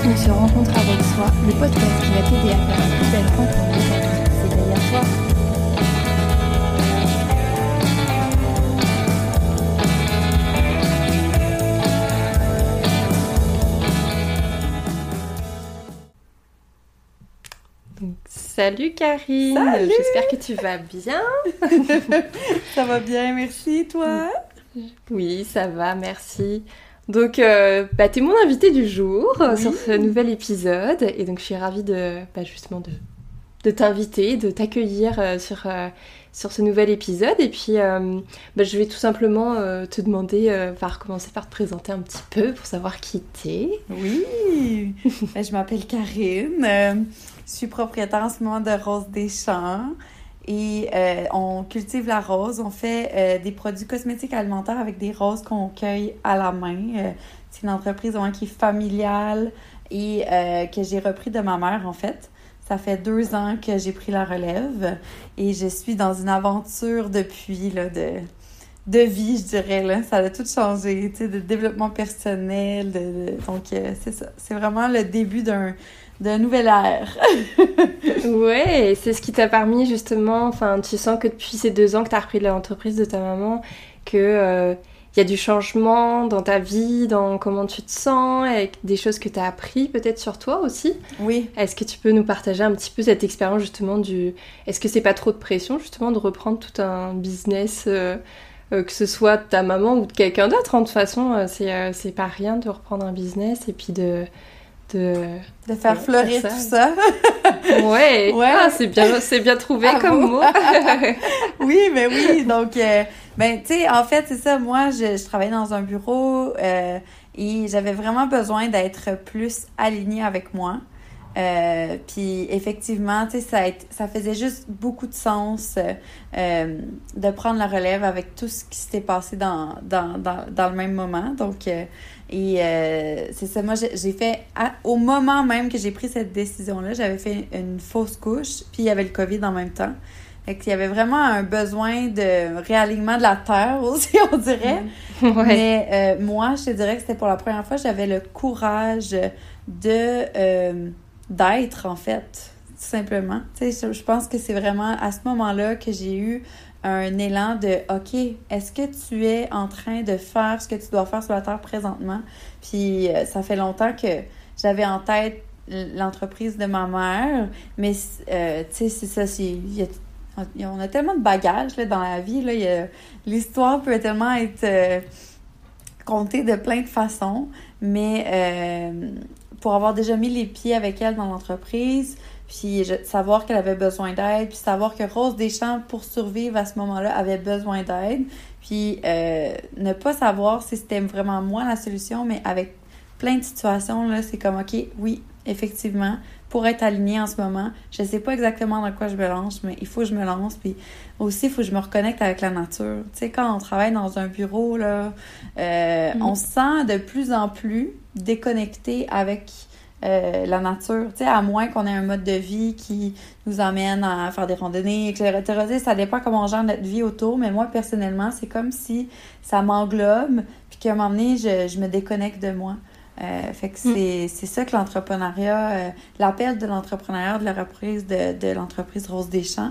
On se rencontre avec soi, le podcast qui va t'aider à faire la plus belle rencontre de ta vie. C'est derrière toi. Salut Karine. Salut. J'espère que tu vas bien. Ça va bien, merci, toi? Oui, ça va, merci. Donc, t'es mon invitée du jour sur ce nouvel épisode. Et donc, je suis ravie justement de t'inviter, de t'accueillir sur ce nouvel épisode. Et puis, je vais tout simplement te demander, commencer par te présenter un petit peu pour savoir qui t'es. Oui, je m'appelle Karine. Je suis propriétaire en ce moment de Rose des Champs. Et on cultive la rose, on fait des produits cosmétiques alimentaires avec des roses qu'on cueille à la main. C'est une entreprise vraiment qui est familiale et que j'ai repris de ma mère en fait. Ça fait 2 ans que j'ai pris la relève et je suis dans une aventure depuis là, de vie, je dirais. Là. Ça a tout changé, tu sais, de développement personnel. Donc, c'est ça. C'est vraiment le début d'un nouvel ère. Ouais, c'est ce qui t'a permis justement, tu sens que depuis ces 2 ans que t'as repris l'entreprise de ta maman, que y a du changement dans ta vie, dans comment tu te sens, avec des choses que t'as appris peut-être sur toi aussi. Oui. Est-ce que tu peux nous partager un petit peu cette expérience justement Est-ce que c'est pas trop de pression justement de reprendre tout un business, que ce soit de ta maman ou de quelqu'un d'autre, hein, de toute façon, c'est pas rien de reprendre un business et puis de faire fleurir ça. tout ça. Ouais. Ouais. Ah, c'est bien trouvé comme mot. Oui, mais oui. Donc, tu sais, en fait, c'est ça. Moi, je travaillais dans un bureau et j'avais vraiment besoin d'être plus alignée avec moi. Puis effectivement, tu sais, ça faisait juste beaucoup de sens de prendre la relève avec tout ce qui s'était passé dans le même moment. Donc, c'est ça, moi j'ai fait, au moment même que j'ai pris cette décision-là, j'avais fait une fausse couche, puis il y avait le COVID en même temps. Fait qu'il y avait vraiment un besoin de réalignement de la terre aussi, on dirait. Ouais. Mais moi, je te dirais que c'était pour la première fois, j'avais le courage d'être, en fait, tout simplement. Tu sais, je pense que c'est vraiment à ce moment-là que j'ai eu un élan de « OK, est-ce que tu es en train de faire ce que tu dois faire sur la Terre présentement? » Puis ça fait longtemps que j'avais en tête l'entreprise de ma mère, mais tu sais, c'est ça, on a tellement de bagages là, dans la vie, là, l'histoire peut tellement être contée de plein de façons, mais pour avoir déjà mis les pieds avec elle dans l'entreprise, puis savoir qu'elle avait besoin d'aide, puis savoir que Rose des Champs, pour survivre à ce moment-là, avait besoin d'aide, puis ne pas savoir si c'était vraiment moi la solution, mais avec plein de situations, là, c'est comme, OK, oui, effectivement, pour être alignée en ce moment, je sais pas exactement dans quoi je me lance, mais il faut que je me lance, puis aussi, il faut que je me reconnecte avec la nature. Tu sais, quand on travaille dans un bureau, là, on se sent de plus en plus déconnecté avec la nature, tu sais, à moins qu'on ait un mode de vie qui nous amène à faire des randonnées, etc. Ça dépend comment on gère notre vie autour, mais moi, personnellement, c'est comme si ça m'englobe, puis qu'à un moment donné, je me déconnecte de moi. Fait que c'est ça que l'entrepreneuriat, l'appel de l'entrepreneuriat, de la reprise de l'entreprise Rose des Champs,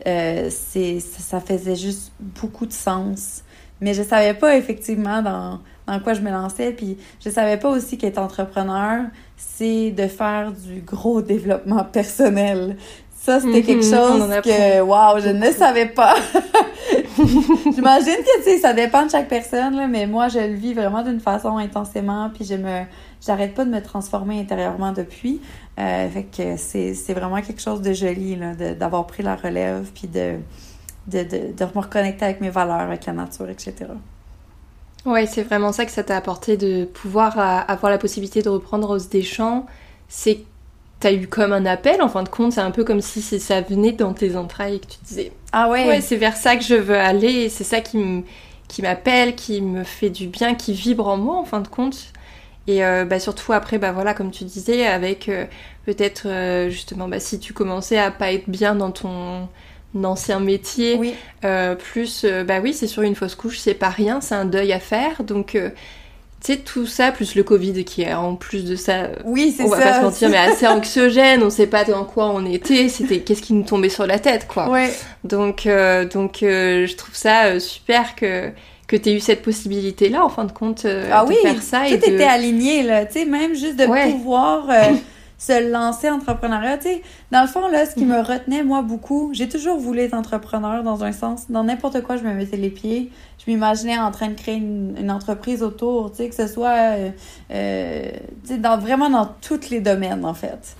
ça faisait juste beaucoup de sens. Mais je savais pas effectivement dans quoi je me lançais, puis je savais pas aussi qu'être entrepreneur, c'est de faire du gros développement personnel. Ça, c'était quelque chose que, wow, je ne savais pas. J'imagine que, tu sais, ça dépend de chaque personne, là, mais moi, je le vis vraiment d'une façon intensément, puis j'arrête pas de me transformer intérieurement depuis. Fait que c'est vraiment quelque chose de joli, là, d'avoir pris la relève, puis de me reconnecter avec mes valeurs, avec la nature, etc. Ouais, c'est vraiment ça que ça t'a apporté, de pouvoir avoir la possibilité de reprendre Rose des Champs. C'est que t'as eu comme un appel, en fin de compte, c'est un peu comme si ça venait dans tes entrailles et que tu disais « Ah ouais, c'est vers ça que je veux aller, et c'est ça qui m'appelle, qui me fait du bien, qui vibre en moi, en fin de compte. » Et surtout après, comme tu disais, avec peut-être justement, si tu commençais à pas être bien dans ton ancien métier, oui. C'est sur une fausse couche, c'est pas rien, c'est un deuil à faire, donc tu sais, tout ça, plus le Covid qui est en plus de ça, oui, c'est on va ça, pas se mentir, mais assez anxiogène, on sait pas dans quoi on était, c'était qu'est-ce qui nous tombait sur la tête, quoi. Ouais. Donc, je trouve ça super que t'aies eu cette possibilité-là, en fin de compte, de faire ça. Tout était aligné, là, tu sais, même juste de pouvoir se lancer en entrepreneuriat, tu sais. Dans le fond, là, ce qui me retenait, moi, beaucoup, j'ai toujours voulu être entrepreneur dans un sens. Dans n'importe quoi, je me mettais les pieds. Je m'imaginais en train de créer une entreprise autour, tu sais, que ce soit, tu sais, vraiment dans tous les domaines, en fait.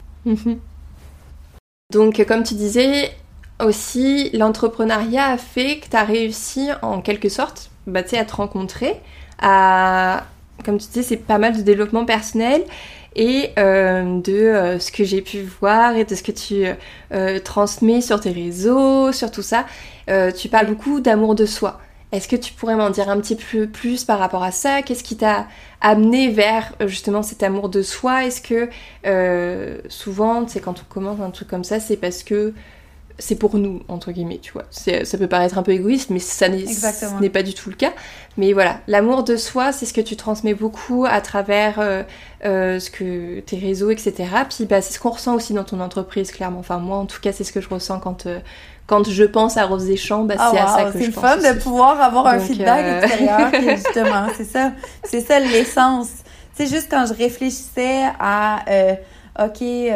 Donc, comme tu disais, aussi, l'entrepreneuriat a fait que tu as réussi, en quelque sorte, tu sais, à te rencontrer, comme tu disais, c'est pas mal de développement personnel, et de ce que j'ai pu voir et de ce que tu transmets sur tes réseaux, sur tout ça. Tu parles beaucoup d'amour de soi. Est-ce que tu pourrais m'en dire un petit peu plus par rapport à ça? Qu'est-ce qui t'a amené vers justement cet amour de soi? Est-ce que souvent, tu sais, quand on commence un truc comme ça, c'est parce que c'est pour nous, entre guillemets, tu vois. Ça peut paraître un peu égoïste, mais ce n'est pas du tout le cas. Mais voilà, l'amour de soi, c'est ce que tu transmets beaucoup à travers tes réseaux, etc. Puis c'est ce qu'on ressent aussi dans ton entreprise, clairement. Enfin, moi, en tout cas, c'est ce que je ressens quand je pense à Rose des Champs, c'est à ça que je pense. C'est fun de pouvoir avoir un feedback extérieur, justement, c'est ça l'essence. Tu sais, juste quand je réfléchissais à, tu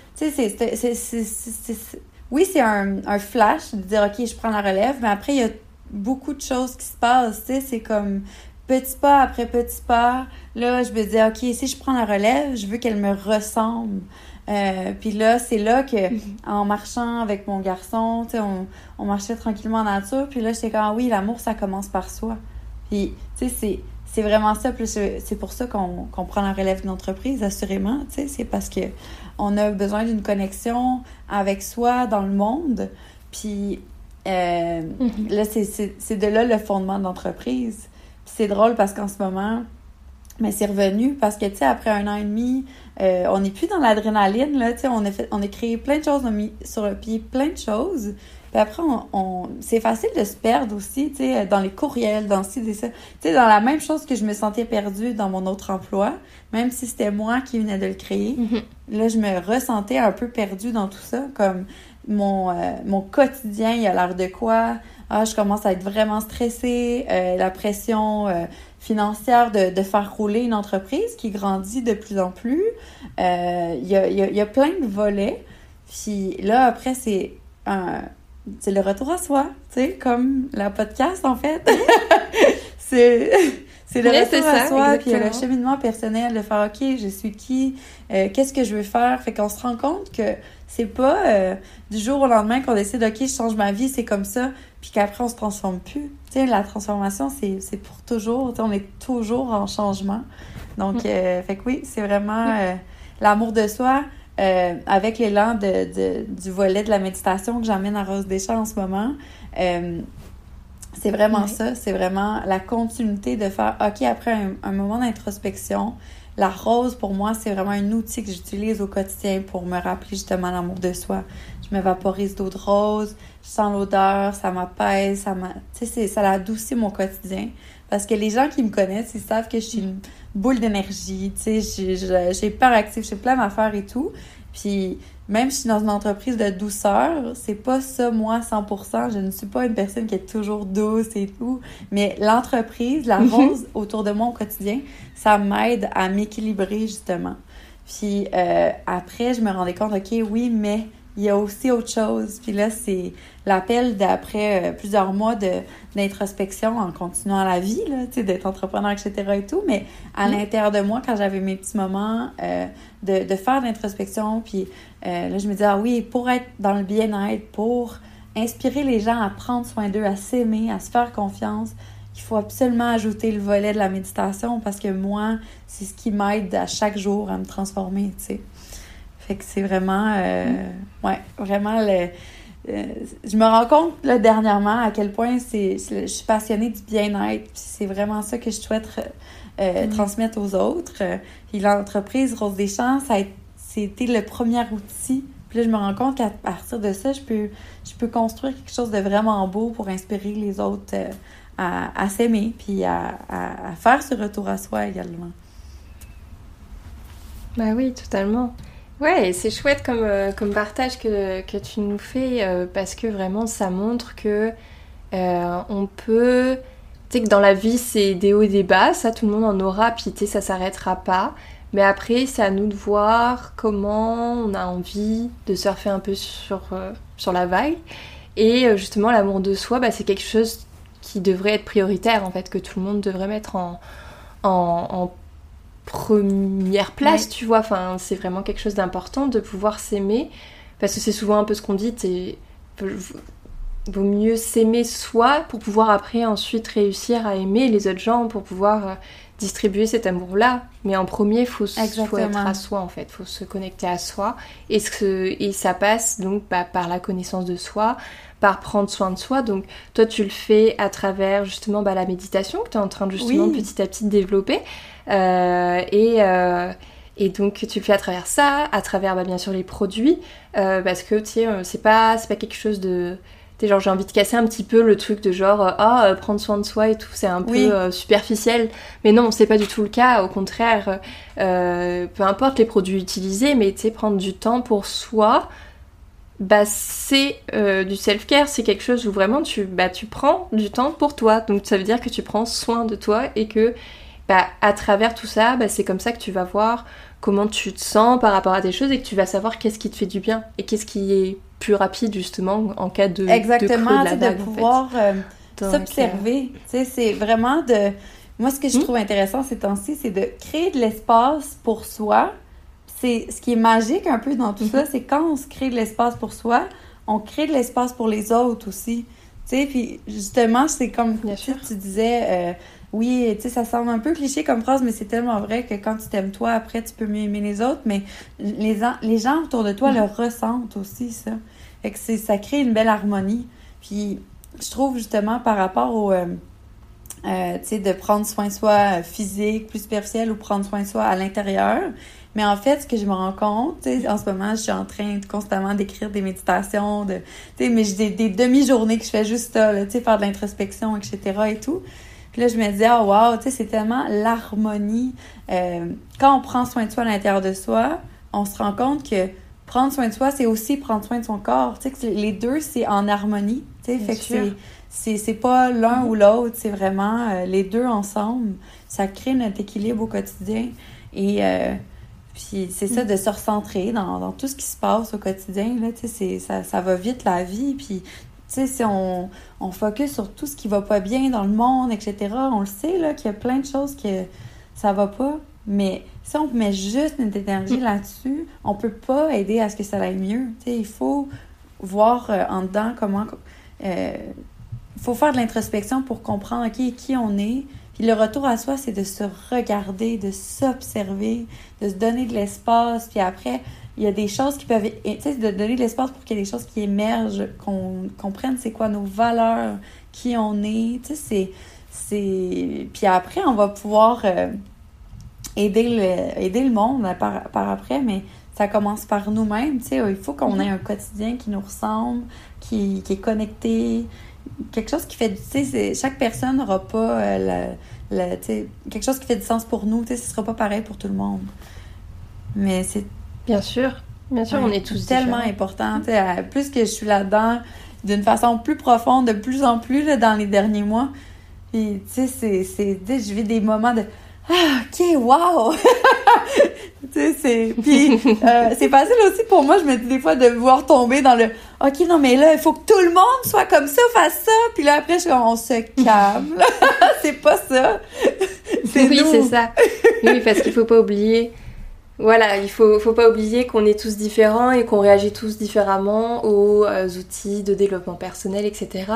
sais, oui, c'est un flash de dire, OK, je prends la relève, mais après, il y a beaucoup de choses qui se passent, tu sais, c'est comme petit pas après petit pas. Là, je me dis, OK, si je prends la relève, je veux qu'elle me ressemble. Puis là, c'est là que, en marchant avec mon garçon, tu sais, on marchait tranquillement en nature, puis là, j'étais comme, oui, l'amour, ça commence par soi. Puis, tu sais, c'est vraiment ça. Puis c'est pour ça qu'on prend la relève d'une entreprise, assurément, tu sais, c'est parce que on a besoin d'une connexion avec soi dans le monde. Puis là, c'est de là le fondement de l'entreprise. Puis c'est drôle parce qu'en ce moment, mais c'est revenu parce que, tu sais, après 1 an et demi, on n'est plus dans l'adrénaline, là, tu sais, on a créé plein de choses, on a mis sur le pied plein de choses. Puis après, c'est facile de se perdre aussi, tu sais, dans les courriels, dans ci, ça. Tu sais, dans la même chose que je me sentais perdue dans mon autre emploi, même si c'était moi qui venais de le créer. Là, je me ressentais un peu perdue dans tout ça, comme mon quotidien, il a l'air de quoi? Je commence à être vraiment stressée, la pression financière de faire rouler une entreprise qui grandit de plus en plus. Il y a plein de volets. Puis là, après, c'est le retour à soi, tu sais, comme la podcast, en fait. c'est le retour à soi, puis le cheminement personnel, de faire, OK, je suis qui? Qu'est-ce que je veux faire? Fait qu'on se rend compte que c'est pas du jour au lendemain qu'on décide, OK, je change ma vie, c'est comme ça, puis qu'après, on se transforme plus. Tu sais, la transformation, c'est pour toujours. Tu sais, on est toujours en changement. Donc, fait que oui, c'est vraiment l'amour de soi. Avec l'élan du volet de la méditation que j'emmène à Rose des Champs en ce moment, c'est vraiment ça, c'est vraiment la continuité de faire, OK, après un moment d'introspection, la rose, pour moi, c'est vraiment un outil que j'utilise au quotidien pour me rappeler justement l'amour de soi. Je me vaporise d'eau de rose, je sens l'odeur, ça m'apaise, tu sais, ça adoucit mon quotidien. Parce que les gens qui me connaissent, ils savent que je suis une boule d'énergie, tu sais, j'ai hyper active, je fais plein d'affaires et tout. Puis même si je suis dans une entreprise de douceur, c'est pas ça, moi, 100%. Je ne suis pas une personne qui est toujours douce et tout. Mais l'entreprise, la rose autour de moi au quotidien, ça m'aide à m'équilibrer, justement. Puis après, je me rendais compte, OK, oui, mais il y a aussi autre chose. Puis là, c'est l'appel d'après plusieurs mois d'introspection en continuant la vie, là, tu sais, d'être entrepreneur, etc. et tout. Mais à l'intérieur de moi, quand j'avais mes petits moments de faire de l'introspection, puis là, je me disais, ah oui, pour être dans le bien-être, pour inspirer les gens à prendre soin d'eux, à s'aimer, à se faire confiance, il faut absolument ajouter le volet de la méditation parce que moi, c'est ce qui m'aide à chaque jour à me transformer, tu sais. Fait que c'est vraiment, vraiment je me rends compte là, dernièrement à quel point je suis passionnée du bien-être. Puis c'est vraiment ça que je souhaite transmettre aux autres. Puis l'entreprise Rose des Champs, c'était le premier outil. Puis Puis là, je me rends compte qu'à partir de ça, je peux construire quelque chose de vraiment beau pour inspirer les autres à s'aimer, puis à faire ce retour à soi également. Bah oui, totalement. Ouais, et c'est chouette comme partage que tu nous fais, parce que vraiment, ça montre que on peut... Tu sais que dans la vie, c'est des hauts et des bas, ça, tout le monde en aura, puis tu sais, ça s'arrêtera pas. Mais après, c'est à nous de voir comment on a envie de surfer un peu sur la vague. Et justement, l'amour de soi, bah, c'est quelque chose qui devrait être prioritaire, en fait, que tout le monde devrait mettre en première place, tu vois. Enfin, c'est vraiment quelque chose d'important de pouvoir s'aimer, parce que c'est souvent un peu ce qu'on dit, vaut mieux s'aimer soi pour pouvoir après ensuite réussir à aimer les autres gens, pour pouvoir distribuer cet amour-là. Mais en premier, il faut être à soi, en fait. Il faut se connecter à soi. Et ça passe donc par la connaissance de soi, par prendre soin de soi. Donc toi, tu le fais à travers justement la méditation que tu es en train de justement petit à petit développer. Et donc tu le fais à travers ça, à travers bien sûr les produits, parce que tu sais, c'est pas quelque chose de... T'sais, genre j'ai envie de casser un petit peu le truc de genre prendre soin de soi et tout, c'est un peu superficiel, mais non, c'est pas du tout le cas. Au contraire, peu importe les produits utilisés, mais tu sais, prendre du temps pour soi, c'est du self-care, c'est quelque chose où vraiment tu prends du temps pour toi, donc ça veut dire que tu prends soin de toi, et que à travers tout ça, c'est comme ça que tu vas voir comment tu te sens par rapport à tes choses, et que tu vas savoir qu'est-ce qui te fait du bien et qu'est-ce qui est plus rapide justement en cas de exactement, de creux de la vague, de pouvoir s'observer. C'est vraiment de... Moi, ce que je trouve intéressant ces temps-ci, c'est de créer de l'espace pour soi. C'est ce qui est magique un peu dans tout ça, c'est quand on se crée de l'espace pour soi, on crée de l'espace pour les autres aussi. Tu sais, puis justement, c'est comme tu disais... oui, tu sais, ça semble un peu cliché comme phrase, mais c'est tellement vrai que quand tu t'aimes toi, après, tu peux mieux aimer les autres, mais les gens autour de toi le ressentent aussi, ça. Fait que ça crée une belle harmonie. Puis, je trouve justement par rapport au... tu sais, de prendre soin de soi physique, plus superficiel, ou prendre soin de soi à l'intérieur. Mais en fait, ce que je me rends compte, tu sais, en ce moment, je suis en train de constamment d'écrire des méditations, tu sais, mais j'ai des demi-journées que je fais juste ça, tu sais, faire de l'introspection, etc. et tout. Puis là, je me disais, oh wow, tu sais, c'est tellement l'harmonie. Quand on prend soin de soi à l'intérieur de soi, on se rend compte que prendre soin de soi, c'est aussi prendre soin de son corps. Tu sais, que les deux, c'est en harmonie. Tu sais, fait que c'est pas l'un ou l'autre, c'est vraiment les deux ensemble. Ça crée notre équilibre au quotidien. Et puis c'est ça, de se recentrer dans tout ce qui se passe au quotidien. Là, tu sais, ça va vite, la vie. Puis tu sais, si on focus sur tout ce qui va pas bien dans le monde, etc., on le sait, là, qu'il y a plein de choses que ça va pas. Mais si on met juste notre énergie là-dessus, on peut pas aider à ce que ça aille mieux. Tu sais, il faut voir en dedans comment... il faut faire de l'introspection pour comprendre qui on est. Puis le retour à soi, c'est de se regarder, de s'observer, de se donner de l'espace. Puis après... il y a des choses qui peuvent... Tu sais, de donner de l'espace pour qu'il y ait des choses qui émergent, qu'on comprenne c'est quoi nos valeurs, qui on est. Tu sais, c'est... Puis après, on va pouvoir aider le monde par après, mais ça commence par nous-mêmes. Tu sais, il faut qu'on ait un quotidien qui nous ressemble, qui est connecté, quelque chose qui fait... Tu sais, chaque personne n'aura pas tu sais, quelque chose qui fait du sens pour nous. Tu sais, ce sera pas pareil pour tout le monde. Mais c'est... Bien sûr, on est tous tellement important. Plus que je suis là-dedans, d'une façon plus profonde, de plus en plus là, dans les derniers mois. Puis, tu sais, je vis des moments de « Ah, OK, wow! » Tu sais, Puis, c'est facile aussi pour moi, je me dis des fois, de voir tomber dans le « OK, non, mais là, il faut que tout le monde soit comme ça, fasse ça. » Puis là, après, on se calme. C'est pas ça. C'est ça. Oui, parce qu'il faut pas oublier... Voilà, il faut pas oublier qu'on est tous différents et qu'on réagit tous différemment aux outils de développement personnel, etc.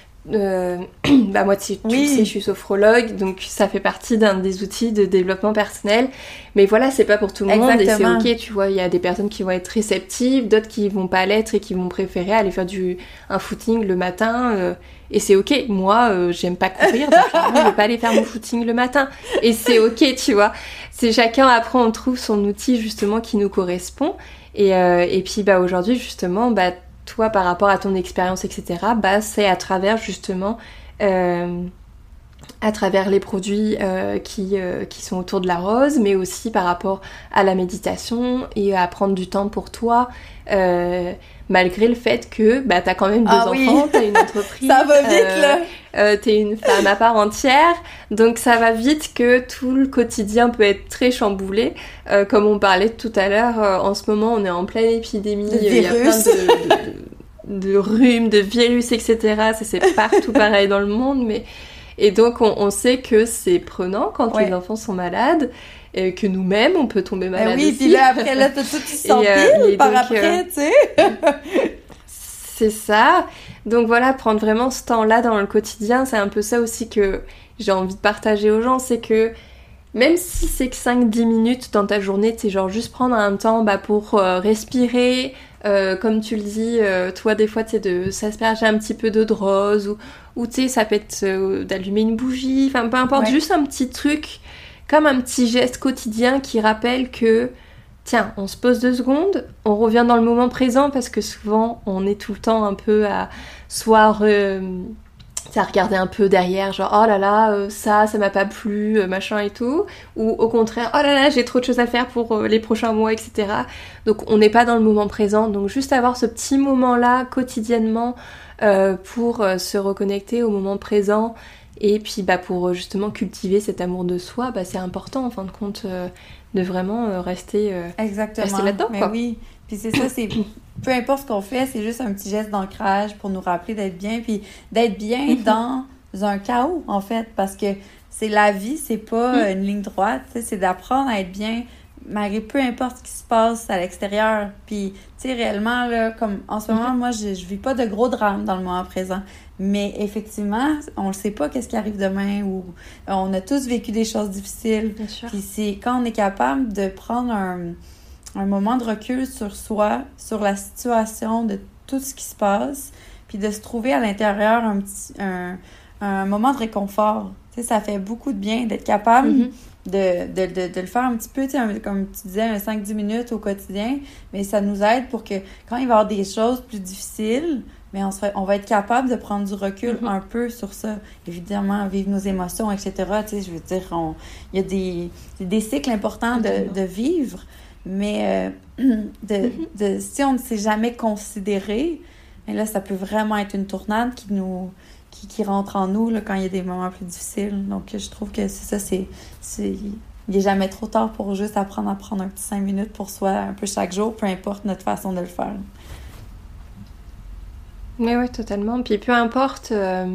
Moi, tu sais, je suis sophrologue, donc ça fait partie d'un des outils de développement personnel. Mais voilà, c'est pas pour tout le monde, et c'est ok, tu vois. Il y a des personnes qui vont être réceptives, d'autres qui vont pas l'être et qui vont préférer aller faire un footing le matin. Et c'est ok. Moi, j'aime pas courir, donc je vais pas aller faire mon footing le matin. Et c'est ok, tu vois. C'est chacun, après, on trouve son outil justement qui nous correspond. Et puis bah aujourd'hui justement, bah toi par rapport à ton expérience, etc., bah c'est à travers justement à travers les produits qui sont autour de la rose, mais aussi par rapport à la méditation et à prendre du temps pour toi, malgré le fait que bah, t'as quand même deux enfants, t'as une entreprise, ça va vite là, t'es une femme à part entière, donc ça va vite que tout le quotidien peut être très chamboulé, comme on parlait tout à l'heure, en ce moment on est en pleine épidémie, il y a plein de rhumes, de virus, etc. Ça c'est partout pareil dans le monde, mais... Et donc, on sait que c'est prenant quand les enfants sont malades, et que nous-mêmes, on peut tomber malade aussi. Oui, puis là, après, là, t'as tout qui s'empile par donc, après, tu sais. C'est ça. Donc voilà, prendre vraiment ce temps-là dans le quotidien, c'est un peu ça aussi que j'ai envie de partager aux gens, c'est que même si c'est que 5-10 minutes dans ta journée, tu sais, genre juste prendre un temps pour respirer, comme tu le dis, toi des fois tu sais de s'asperger un petit peu d'eau de rose ou tu sais ça peut être d'allumer une bougie, enfin peu importe, juste un petit truc, comme un petit geste quotidien qui rappelle que tiens, on se pose 2 secondes, on revient dans le moment présent parce que souvent on est tout le temps un peu à soit regarder un peu derrière, genre oh là là, ça m'a pas plu, machin et tout, ou au contraire, oh là là, j'ai trop de choses à faire pour les prochains mois, etc. Donc on n'est pas dans le moment présent, donc juste avoir ce petit moment-là quotidiennement pour se reconnecter au moment présent et puis pour justement cultiver cet amour de soi, c'est important en fin de compte de vraiment rester là-dedans. Mais oui, puis c'est ça, c'est peu importe ce qu'on fait, c'est juste un petit geste d'ancrage pour nous rappeler d'être bien, puis d'être bien dans un chaos, en fait, parce que c'est la vie, c'est pas une ligne droite, c'est d'apprendre à être bien malgré peu importe ce qui se passe à l'extérieur. Puis, tu sais, réellement, là, comme en ce moment, moi, je vis pas de gros drames dans le moment présent, mais effectivement, on ne sait pas qu'est-ce qui arrive demain, ou on a tous vécu des choses difficiles. Bien sûr. Puis c'est quand on est capable de prendre un moment de recul sur soi, sur la situation de tout ce qui se passe, puis de se trouver à l'intérieur un moment de réconfort. Tu sais, ça fait beaucoup de bien d'être capable de le faire un petit peu, tu sais, comme tu disais, 5-10 minutes au quotidien, mais ça nous aide pour que quand il va y avoir des choses plus difficiles, mais on va être capable de prendre du recul un peu sur ça. Évidemment, vivre nos émotions, etc. Tu sais, je veux dire, il y a des cycles importants de vivre, mais si on ne s'est jamais considéré, et là, ça peut vraiment être une tournade qui rentre en nous là, quand il y a des moments plus difficiles. Donc, je trouve que c'est ça, il n'est jamais trop tard pour juste apprendre à prendre un petit 5 minutes pour soi, un peu chaque jour, peu importe notre façon de le faire. Mais ouais, totalement. Puis peu importe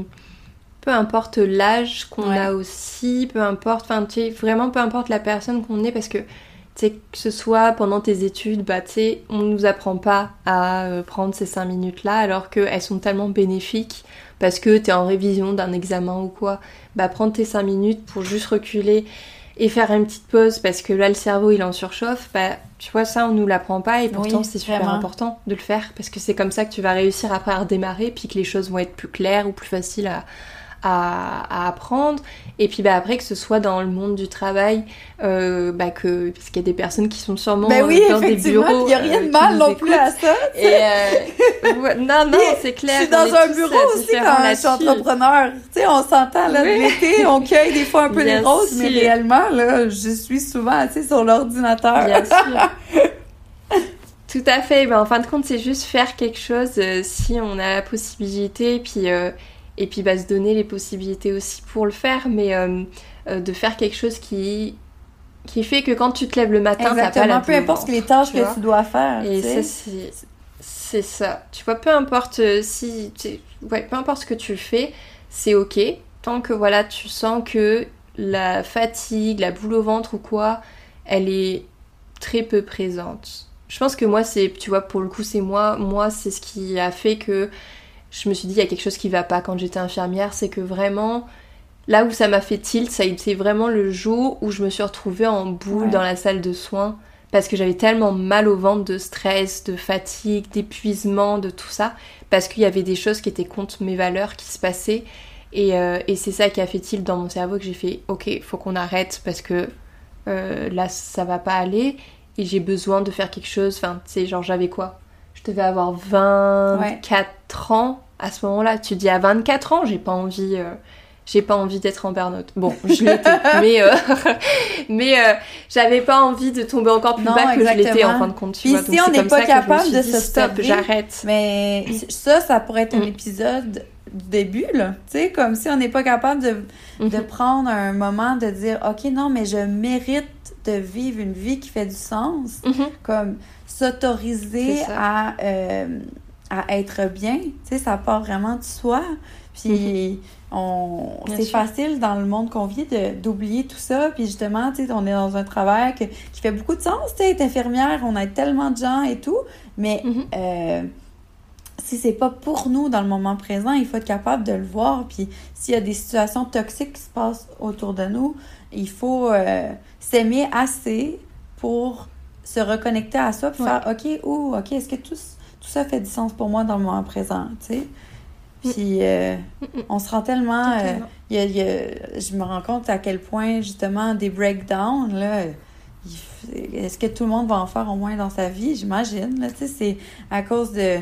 l'âge qu'on a aussi, peu importe, enfin, tu sais, vraiment peu importe la personne qu'on est, parce que, tu sais, que ce soit pendant tes études, tu sais, on nous apprend pas à prendre ces 5 minutes-là, alors qu'elles sont tellement bénéfiques, parce que t'es en révision d'un examen ou quoi. Prendre tes 5 minutes pour juste reculer et faire une petite pause, parce que là, le cerveau, il en surchauffe, tu vois, ça, on nous l'apprend pas, et pourtant, c'est super important de le faire, parce que c'est comme ça que tu vas réussir après à redémarrer, puis que les choses vont être plus claires ou plus faciles à apprendre. Et puis après, que ce soit dans le monde du travail, parce qu'il y a des personnes qui sont sûrement dans des bureaux. Il n'y a rien de mal non plus à ça. Non, c'est clair. Je suis dans un bureau aussi quand je suis entrepreneur. Tu sais, on s'entend, là, de l'été, on cueille des fois un peu les roses, mais réellement, là, je suis souvent assise sur l'ordinateur. Bien sûr. Tout à fait. En fin de compte, c'est juste faire quelque chose si on a la possibilité, et puis se donner les possibilités aussi pour le faire, mais de faire quelque chose qui fait que quand tu te lèves le matin, t'as pas la boule peu importe les tâches que tu dois faire. Et ça, c'est ça. Tu vois, peu importe peu importe ce que tu fais, c'est ok. Tant que voilà, tu sens que la fatigue, la boule au ventre ou quoi, elle est très peu présente. Je pense que moi, tu vois, pour le coup, c'est moi, c'est ce qui a fait que je me suis dit, il y a quelque chose qui va pas quand j'étais infirmière, c'est que vraiment, là où ça m'a fait tilt, ça a été vraiment le jour où je me suis retrouvée en boule dans la salle de soins, parce que j'avais tellement mal au ventre de stress, de fatigue, d'épuisement, de tout ça, parce qu'il y avait des choses qui étaient contre mes valeurs qui se passaient, et c'est ça qui a fait tilt dans mon cerveau, que j'ai fait, ok, faut qu'on arrête, parce que là, ça va pas aller. et j'ai besoin de faire quelque chose. Enfin, tu sais, genre, j'avais quoi? Je devais avoir 24 ans à ce moment-là. Tu dis à 24 ans, j'ai pas envie d'être en burn-out. Bon, je l'étais, mais j'avais pas envie de tomber encore plus bas que je l'étais en fin de compte. Tu vois. Si on n'est pas capable de se stop, j'arrête. Mais ça pourrait être un épisode du début, là. Tu sais, comme si on n'est pas capable de prendre un moment de dire, OK, non, mais je mérite de vivre une vie qui fait du sens. Comme s'autoriser à être bien. Tu sais, ça part vraiment de soi. Puis c'est facile dans le monde qu'on vit d'oublier tout ça. Puis justement, tu sais, on est dans un travail qui fait beaucoup de sens. Tu sais, être infirmière, on aide tellement de gens et tout. Mais si c'est pas pour nous dans le moment présent, il faut être capable de le voir. Puis s'il y a des situations toxiques qui se passent autour de nous, il faut s'aimer assez pour se reconnecter à ça, puis faire OK, est-ce que tout ça fait du sens pour moi dans le moment présent, tu sais? Puis on se rend tellement... je me rends compte à quel point, justement, des breakdowns, là, est-ce que tout le monde va en faire au moins dans sa vie? J'imagine, là, tu sais, c'est à cause de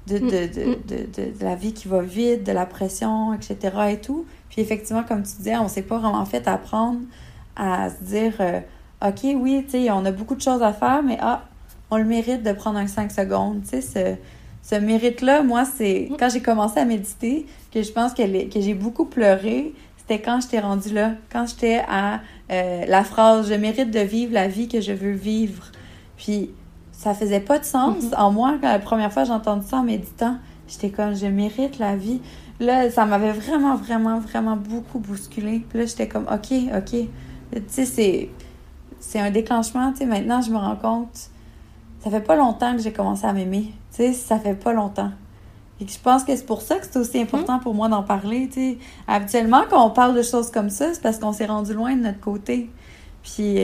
la vie qui va vite, de la pression, etc. et tout. Puis effectivement, comme tu disais, on s'est pas vraiment fait apprendre à se dire OK, oui, tu sais, on a beaucoup de choses à faire, mais on le mérite de prendre un 5 secondes. Tu sais, ce mérite-là, moi, c'est quand j'ai commencé à méditer, que je pense que j'ai beaucoup pleuré, c'était quand j'étais rendue là, quand j'étais à la phrase « Je mérite de vivre la vie que je veux vivre ». Puis ça faisait pas de sens en moi quand la première fois j'ai entendu ça en méditant. J'étais comme « Je mérite la vie ». Là, ça m'avait vraiment, vraiment, vraiment beaucoup bousculé. Puis là, j'étais comme « OK. » Tu sais, c'est un déclenchement. Tu sais, maintenant, je me rends compte, ça fait pas longtemps que j'ai commencé à m'aimer. Tu sais, ça fait pas longtemps. Et je pense que c'est pour ça que c'est aussi important pour moi d'en parler, tu sais. Habituellement, quand on parle de choses comme ça, c'est parce qu'on s'est rendu loin de notre côté. Puis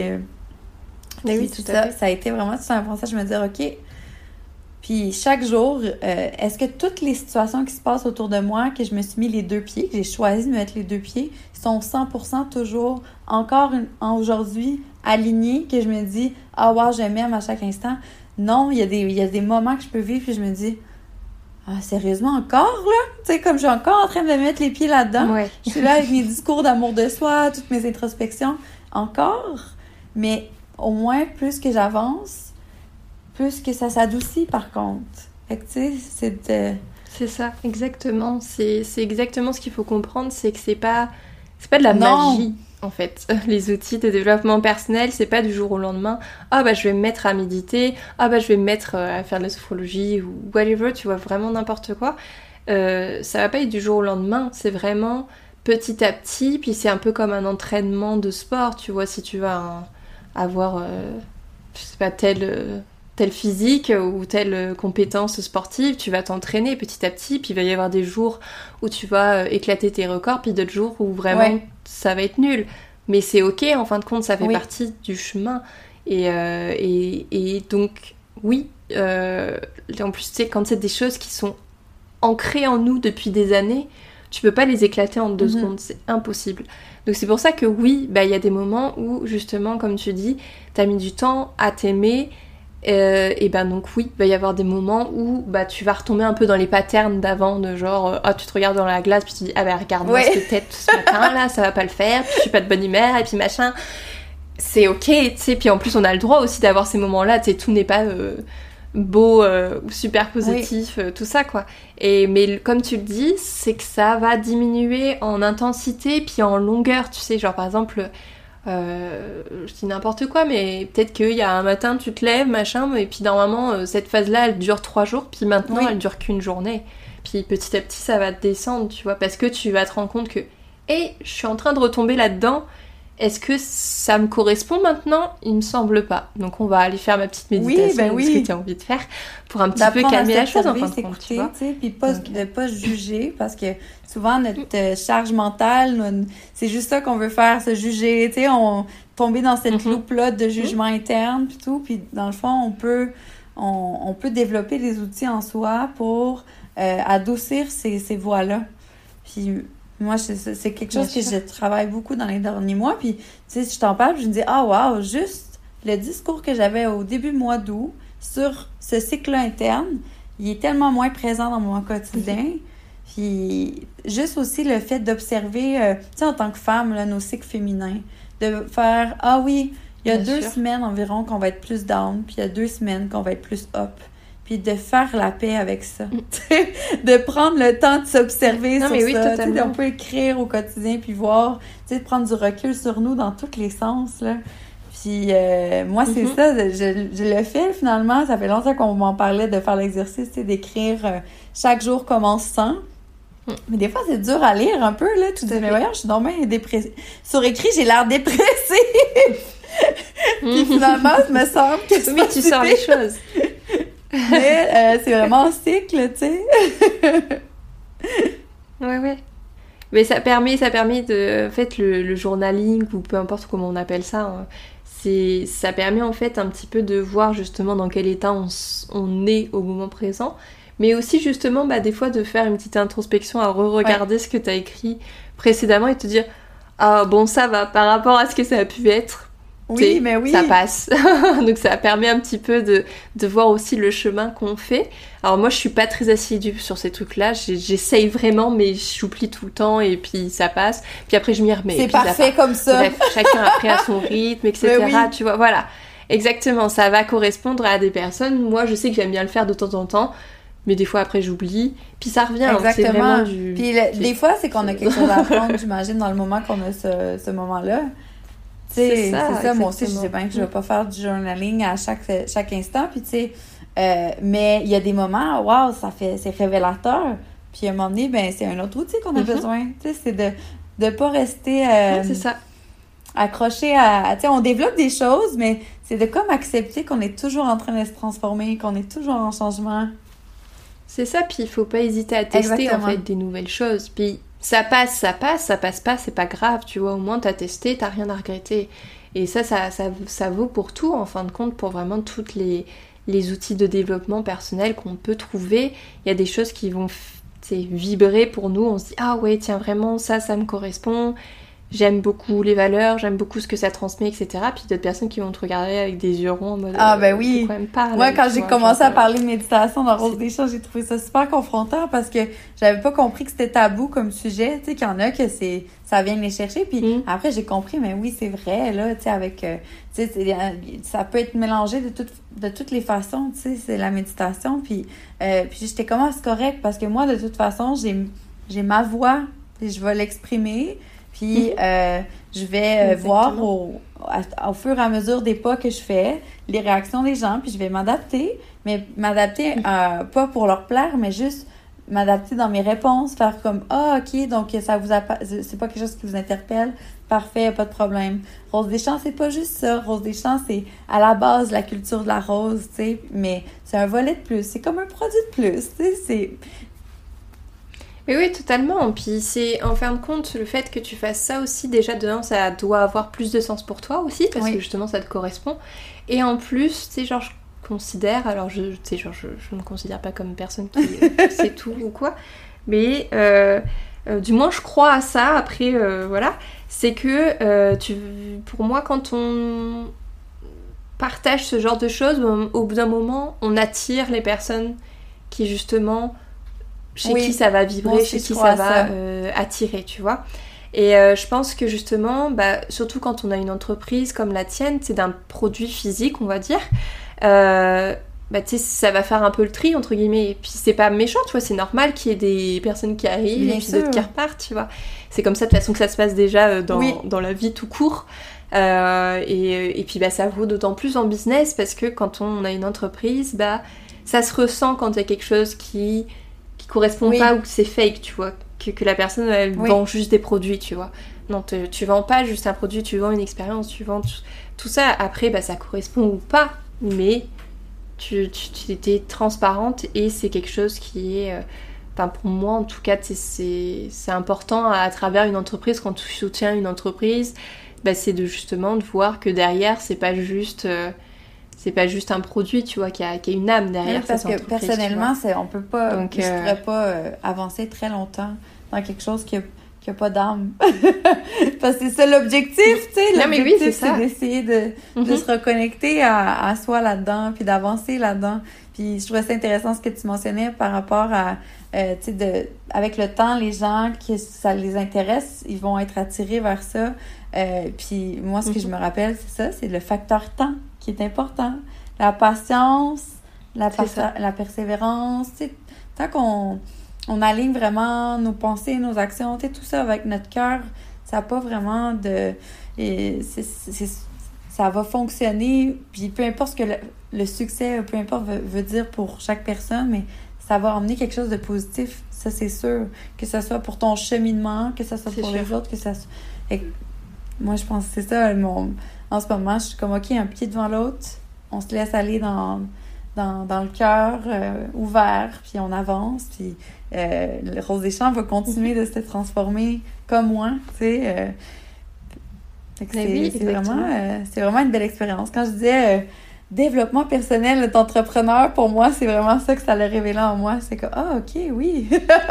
oui, tout ça, ça a été vraiment tout un processus. Je me disais, OK. Puis chaque jour, est-ce que toutes les situations qui se passent autour de moi, que je me suis mis les deux pieds, que j'ai choisi de mettre les deux pieds, sont 100% toujours, encore aujourd'hui, alignées, que je me dis, ah wow, je m'aime à chaque instant. Non, il y a des moments que je peux vivre, puis je me dis, ah, sérieusement, encore, là? Tu sais, comme je suis encore en train de me mettre les pieds là-dedans. Ouais. Je suis là avec mes discours d'amour de soi, toutes mes introspections. Encore. Mais au moins, plus que j'avance, plus que ça s'adoucit, par contre. Fait que, tu sais, c'est ça, exactement. C'est exactement ce qu'il faut comprendre, c'est que c'est pas de la magie. En fait, les outils de développement personnel, c'est pas du jour au lendemain. Ah bah je vais me mettre à méditer. Ah bah je vais me mettre à faire de la sophrologie ou whatever. Tu vois, vraiment n'importe quoi. Ça va pas être du jour au lendemain. C'est vraiment petit à petit. Puis c'est un peu comme un entraînement de sport. Tu vois, si tu vas avoir, je sais pas, telle physique ou telle compétence sportive, tu vas t'entraîner petit à petit, puis il va y avoir des jours où tu vas éclater tes records, puis d'autres jours où vraiment ça va être nul. Mais c'est ok, en fin de compte, ça fait partie du chemin. Et donc, oui, en plus, tu sais, quand c'est des choses qui sont ancrées en nous depuis des années, tu peux pas les éclater en 2 secondes, c'est impossible. Donc c'est pour ça que oui, bah, y a des moments où, justement, comme tu dis, t'as mis du temps à t'aimer. Et ben donc oui, il va y avoir des moments où bah tu vas retomber un peu dans les patterns d'avant, de genre tu te regardes dans la glace puis tu dis ah ben regarde-moi cette tête ce matin là, ça va pas le faire, puis je suis pas de bonne humeur et puis machin. C'est ok, tu sais, puis en plus on a le droit aussi d'avoir ces moments-là, tu sais, tout n'est pas beau ou super positif, tout ça quoi. Mais comme tu le dis, c'est que ça va diminuer en intensité puis en longueur, tu sais, genre par exemple je dis n'importe quoi, mais peut-être qu'il y a un matin tu te lèves machin, et puis normalement cette phase là elle dure 3 jours, puis maintenant elle dure qu'une journée, puis petit à petit ça va te descendre, tu vois, parce que tu vas te rendre compte que je suis en train de retomber là-dedans. Est-ce que ça me correspond maintenant? Il me semble pas. Donc on va aller faire ma petite méditation, ce que tu as envie de faire, pour un petit peu calmer la chose en fin de compte, tu vois. Puis de pas se juger, parce que souvent notre charge mentale, c'est juste ça qu'on veut faire, se juger, tu sais, on tomber dans cette loupe-là de jugement interne, puis tout. Puis dans le fond, on peut développer des outils en soi pour adoucir ces voies-là. Puis moi, c'est quelque chose que je travaille beaucoup dans les derniers mois. Puis, tu sais, si je t'en parle, je me dis, ah, wow, juste Le discours que j'avais au début du mois d'août sur ce cycle interne, il est tellement moins présent dans mon quotidien. Puis juste aussi le fait d'observer, tu sais, en tant que femme, là, nos cycles féminins, de faire, ah oui, il y a Bien 2 sûr. semaines environ qu'on va être plus down, puis il y a 2 semaines qu'on va être plus up. Puis de faire la paix avec ça. De prendre le temps de s'observer Non, sur mais oui, ça. totalement. On peut écrire au quotidien, puis voir, tu sais, de prendre du recul sur nous dans tous les sens, là. Puis moi, c'est ça, je le fais finalement. Ça fait longtemps qu'on m'en parlait de faire l'exercice, tu sais, d'écrire chaque jour comme on se sent. Mais des fois, c'est dur à lire un peu, là. Tu te dis, mais voyons, je suis donc bien dépressive. Sur écrit, j'ai l'air dépressive. Puis finalement, il me semble que c'est Oui, tu sors les choses. Mais c'est vraiment un cycle, tu sais. Ouais. Mais ça permet de... En fait, le journaling, ou peu importe comment on appelle ça, hein, ça permet en fait un petit peu de voir justement dans quel état on est au moment présent. Mais aussi justement, des fois, de faire une petite introspection, à re-regarder ce que tu as écrit précédemment et te dire « Ah bon, ça va, par rapport à ce que ça a pu être. » Oui, mais oui. Ça passe. Donc ça permet un petit peu de voir aussi le chemin qu'on fait. Alors moi, je suis pas très assidue sur ces trucs-là. J'essaye vraiment, mais j'oublie tout le temps et puis ça passe. Puis après, je m'y remets. C'est parfait comme ça. Bref, chacun après à son rythme, etc. Oui. Tu vois, voilà. Exactement, ça va correspondre à des personnes. Moi, je sais que j'aime bien le faire de temps en temps. Mais des fois, après, j'oublie. Puis ça revient. Exactement. C'est vraiment du... Puis des fois, c'est qu'on a quelque chose à apprendre, j'imagine, dans le moment qu'on a ce moment-là. C'est ça, moi aussi, je sais bien que je vais pas faire du journaling à chaque instant, puis tu sais, mais il y a des moments, waouh, c'est révélateur, puis à un moment donné, c'est un autre outil qu'on a besoin, tu sais, c'est de pas rester c'est ça. accroché à, tu sais, on développe des choses, mais c'est de comme accepter qu'on est toujours en train de se transformer, qu'on est toujours en changement. C'est ça, puis il faut pas hésiter à tester Exactement. en fait des nouvelles choses, puis ça passe pas, c'est pas grave, tu vois, au moins t'as testé, t'as rien à regretter. Et ça vaut pour tout, en fin de compte, pour vraiment toutes les outils de développement personnel qu'on peut trouver. Il y a des choses qui vont vibrer pour nous, on se dit « Ah ouais, tiens, vraiment, ça me correspond ». J'aime beaucoup les valeurs, j'aime beaucoup ce que ça transmet, etc. Puis d'autres personnes qui vont te regarder avec des yeux ronds en mode Ah ben oui. quand même parle. Moi, quand j'ai commencé à parler de méditation dans Rose des Champs, j'ai trouvé ça super confrontant parce que j'avais pas compris que c'était tabou comme sujet, tu sais, qu'il y en a que ça vient les chercher. Puis après, j'ai compris, mais oui, c'est vrai, là, tu sais, avec, tu sais, ça peut être mélangé de toutes les façons, tu sais, c'est la méditation. Puis j'étais comment c'est correct parce que moi, de toute façon, j'ai ma voix et je vais l'exprimer. Puis je vais voir au fur et à mesure des pas que je fais, les réactions des gens, puis je vais m'adapter, mais m'adapter pas pour leur plaire, mais juste m'adapter dans mes réponses, faire comme « Ah, OK, donc ça c'est pas quelque chose qui vous interpelle, parfait, pas de problème. » Rose des Champs, c'est pas juste ça. Rose des Champs, c'est à la base la culture de la rose, tu sais, mais c'est un volet de plus, c'est comme un produit de plus, tu sais, c'est... Mais oui, totalement. Puis c'est, en fin de compte, le fait que tu fasses ça aussi, déjà, de un, ça doit avoir plus de sens pour toi aussi, parce que justement, ça te correspond. Et en plus, tu sais, genre, je considère, alors je ne me considère pas comme personne qui sait tout ou quoi, mais du moins, je crois à ça. Après, voilà, c'est que, pour moi, quand on partage ce genre de choses, au bout d'un moment, on attire les personnes qui, justement... chez qui ça va vibrer, chez qui ça va attirer, tu vois. Et je pense que justement, surtout quand on a une entreprise comme la tienne, c'est d'un produit physique, on va dire, tu sais, ça va faire un peu le tri, entre guillemets. Et puis c'est pas méchant, tu vois, c'est normal qu'il y ait des personnes qui arrivent et puis d'autres qui repartent, tu vois. C'est comme ça de toute façon que ça se passe déjà dans la vie tout court. Et puis ça vaut d'autant plus en business parce que quand on a une entreprise, ça se ressent quand il y a quelque chose qui correspond pas ou que c'est fake, tu vois, que la personne elle vend juste des produits, tu vois. Non, tu vends pas juste un produit, tu vends une expérience, tu vends tout ça. Après, ça correspond ou pas, mais tu étais transparente et c'est quelque chose qui est, pour moi en tout cas, c'est important à travers une entreprise. Quand tu soutiens une entreprise, c'est justement de voir que derrière, c'est pas juste un produit, tu vois, qui a une âme derrière. Oui, parce que personnellement, on peut pas, je pourrais pas avancer très longtemps dans quelque chose qui qui a pas d'âme. Parce que c'est ça l'objectif, tu sais. Non, mais oui, c'est ça. C'est d'essayer de se reconnecter à soi là-dedans, puis d'avancer là-dedans. Puis je trouvais ça intéressant ce que tu mentionnais par rapport à, tu sais, avec le temps, les gens qui ça les intéresse, ils vont être attirés vers ça. Puis moi, ce que je me rappelle, c'est ça, c'est le facteur temps qui est important. La patience, la persévérance, tu sais, tant qu'on aligne vraiment nos pensées, nos actions, tu sais, tout ça avec notre cœur, ça n'a pas vraiment de... ça va fonctionner, puis peu importe ce que le succès, peu importe veut dire pour chaque personne, mais ça va emmener quelque chose de positif, ça c'est sûr. Que ce soit pour ton cheminement, que ce soit pour les autres, que ça soit... Moi, je pense que c'est ça, en ce moment, je suis comme, OK, un pied devant l'autre, on se laisse aller dans le cœur ouvert, puis on avance, puis le Rose des Champs va continuer de se transformer comme moi, tu sais. C'est vraiment une belle expérience. Quand je disais développement personnel d'entrepreneur, pour moi, c'est vraiment ça que ça l'a révélé en moi. C'est que, OK, oui.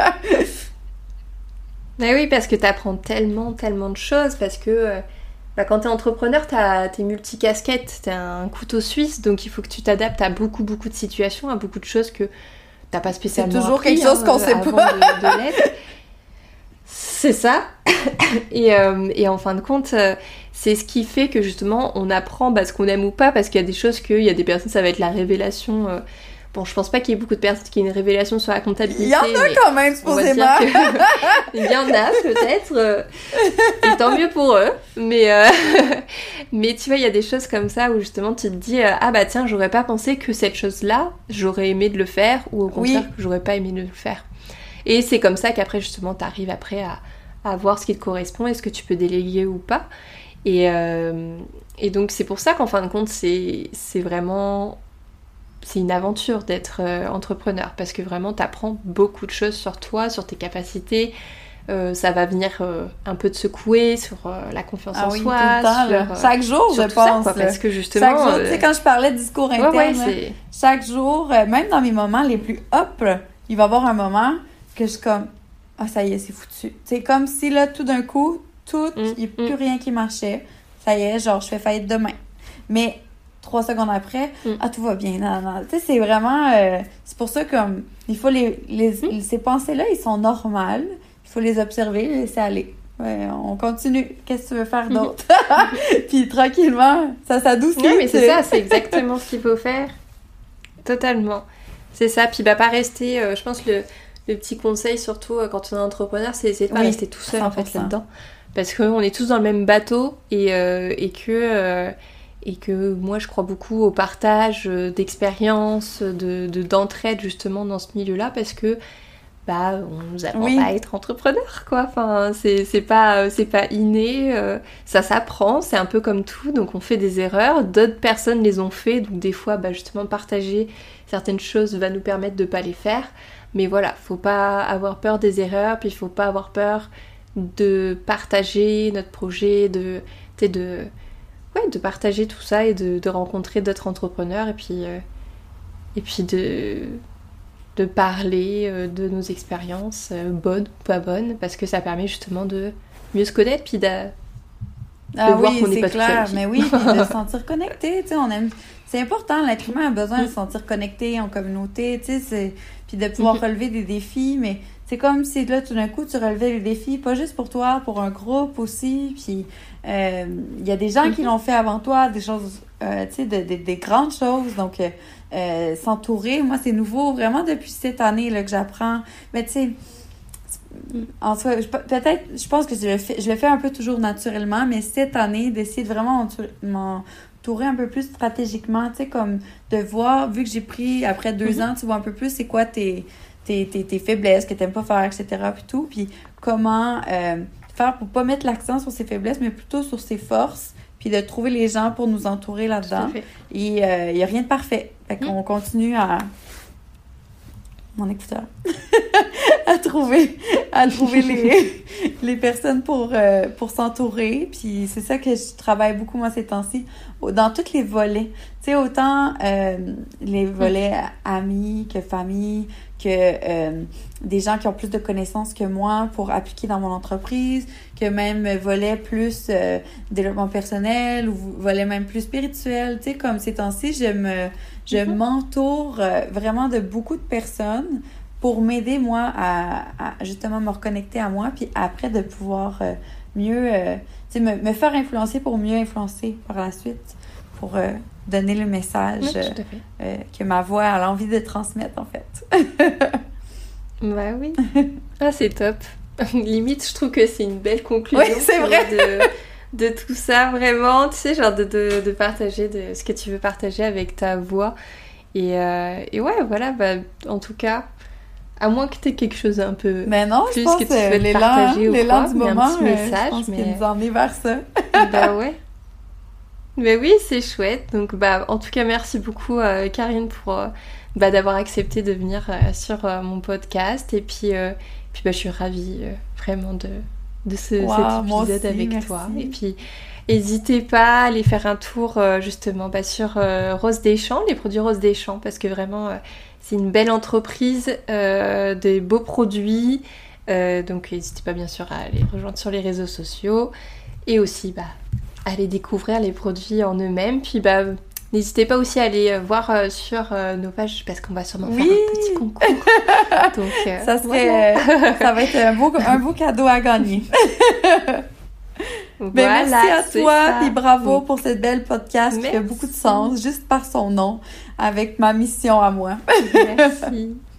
Mais oui, parce que tu apprends tellement de choses, parce que quand tu es entrepreneur, t'es multicasquette, t'es un couteau suisse, donc il faut que tu t'adaptes à beaucoup de situations, à beaucoup de choses que t'as pas spécialement c'est toujours appris, quelque chose qu'on sait pas. de l'être. C'est ça. Et en fin de compte, c'est ce qui fait que justement, on apprend ce qu'on aime ou pas, parce qu'il y a des choses il y a des personnes, ça va être la révélation... Bon, je pense pas qu'il y ait beaucoup de personnes qui aient une révélation sur la comptabilité. Il y en a quand même, supposément. Il y en a, peut-être. Et tant mieux pour eux. Mais tu vois, il y a des choses comme ça où justement tu te dis tiens, j'aurais pas pensé que cette chose-là, j'aurais aimé de le faire, ou au contraire, que j'aurais pas aimé de le faire. Et c'est comme ça qu'après, justement, t'arrives après à voir ce qui te correspond et ce que tu peux déléguer ou pas. Et donc, c'est pour ça qu'en fin de compte, c'est vraiment... C'est une aventure d'être entrepreneur, parce que vraiment t'apprends beaucoup de choses sur toi, sur tes capacités. Ça va venir un peu te secouer sur la confiance en soi. Tout le temps, chaque jour, sur je pense. Ça, parce que justement, chaque jour, tu sais, quand je parlais de discours interne, chaque jour, même dans mes moments les plus il va y avoir un moment que je suis comme, ça y est, c'est foutu. C'est comme si là, tout d'un coup, il n'y a plus rien qui marchait. Ça y est, genre, je fais faillite demain. Mais 3 secondes après, tout va bien. Non. Tu sais, c'est vraiment... c'est pour ça que il faut ces pensées-là, ils sont normales. Il faut les observer, les laisser aller. Ouais, on continue. Qu'est-ce que tu veux faire d'autre? Puis tranquillement, ça s'adoucit. Oui, mais c'est ça, c'est exactement ce qu'il faut faire. Totalement. C'est ça. Puis pas rester... je pense le petit conseil, surtout quand on est entrepreneur, c'est essayer de pas rester tout seul 100%. En fait là-dedans. Parce qu'on est tous dans le même bateau et que moi je crois beaucoup au partage d'expériences, d'entraide justement dans ce milieu-là, parce que on nous apprend pas à être entrepreneur, quoi. Enfin, c'est pas inné, ça s'apprend, c'est un peu comme tout, donc on fait des erreurs, d'autres personnes les ont fait, donc des fois justement partager certaines choses va nous permettre de pas les faire, mais voilà, faut pas avoir peur des erreurs, puis faut pas avoir peur de partager notre projet, de partager tout ça et de rencontrer d'autres entrepreneurs et puis de parler de nos expériences, bonnes ou pas bonnes, parce que ça permet justement de mieux se connaître puis de voir qu'on n'est pas tout seul. Mais oui, puis de se sentir connecté, tu sais, on aime... C'est important, l'être humain a besoin de se sentir connecté en communauté, tu sais, puis de pouvoir relever des défis, mais c'est comme si là, tout d'un coup, tu relevais les défis, pas juste pour toi, pour un groupe aussi, puis il y a des gens qui l'ont fait avant toi, des choses, tu sais, des grandes choses, donc s'entourer, moi, c'est nouveau, vraiment depuis cette année là, que j'apprends, mais tu sais, en soi, peut-être, je pense que je le fais un peu toujours naturellement, mais cette année, d'essayer de vraiment m'entourer un peu plus stratégiquement, tu sais, comme de voir, vu que j'ai pris, après 2 ans, tu vois un peu plus c'est quoi tes faiblesses, que t'aimes pas faire, etc., puis tout, puis comment faire pour pas mettre l'accent sur ses faiblesses, mais plutôt sur ses forces, puis de trouver les gens pour nous entourer là-dedans. Et il y a rien de parfait. Fait qu'on continue à... Mon écouteur. à trouver les personnes pour s'entourer. Puis c'est ça que je travaille beaucoup, moi, ces temps-ci, dans tous les volets. Tu sais, autant les volets amis que famille, que des gens qui ont plus de connaissances que moi pour appliquer dans mon entreprise, que même volet plus développement personnel ou volet même plus spirituel. Tu sais, comme ces temps-ci, je m'entoure vraiment de beaucoup de personnes pour m'aider, moi, à justement me reconnecter à moi, puis après de pouvoir mieux, tu sais, me faire influencer pour mieux influencer par la suite, pour donner le message que ma voix a l'envie de transmettre, en fait. Bah oui. Ah, c'est top. Limite, je trouve que c'est une belle conclusion. Oui, c'est vrai. De tout ça, vraiment. Tu sais, genre de partager de ce que tu veux partager avec ta voix. Et ouais, voilà, bah, en tout cas, à moins que tu aies quelque chose un peu mais non, plus je pense que tu veux partager ou l'élan quoi, du moment, un petit message. je pense qu'il nous en est vers ça. Bah ouais. Mais oui, c'est chouette. Donc, bah, en tout cas, merci beaucoup, Karine, pour d'avoir accepté de venir sur mon podcast. Et puis bah, je suis ravie vraiment de cet épisode avec merci. toi. Et puis, n'hésitez pas à aller faire un tour justement sur Rose des Champs, les produits Rose des Champs, parce que vraiment, c'est une belle entreprise, des beaux produits. Donc, n'hésitez pas bien sûr à les rejoindre sur les réseaux sociaux. Et aussi, bah, aller découvrir les produits en eux-mêmes. Puis, bah, n'hésitez pas aussi à aller voir sur nos pages, parce qu'on va sûrement faire un petit concours. Donc, ça serait, ça va être un beau cadeau à gagner. Voilà, merci à toi, et bravo oui. pour cette belle podcast qui a beaucoup de sens, juste par son nom, avec ma mission à moi. Merci.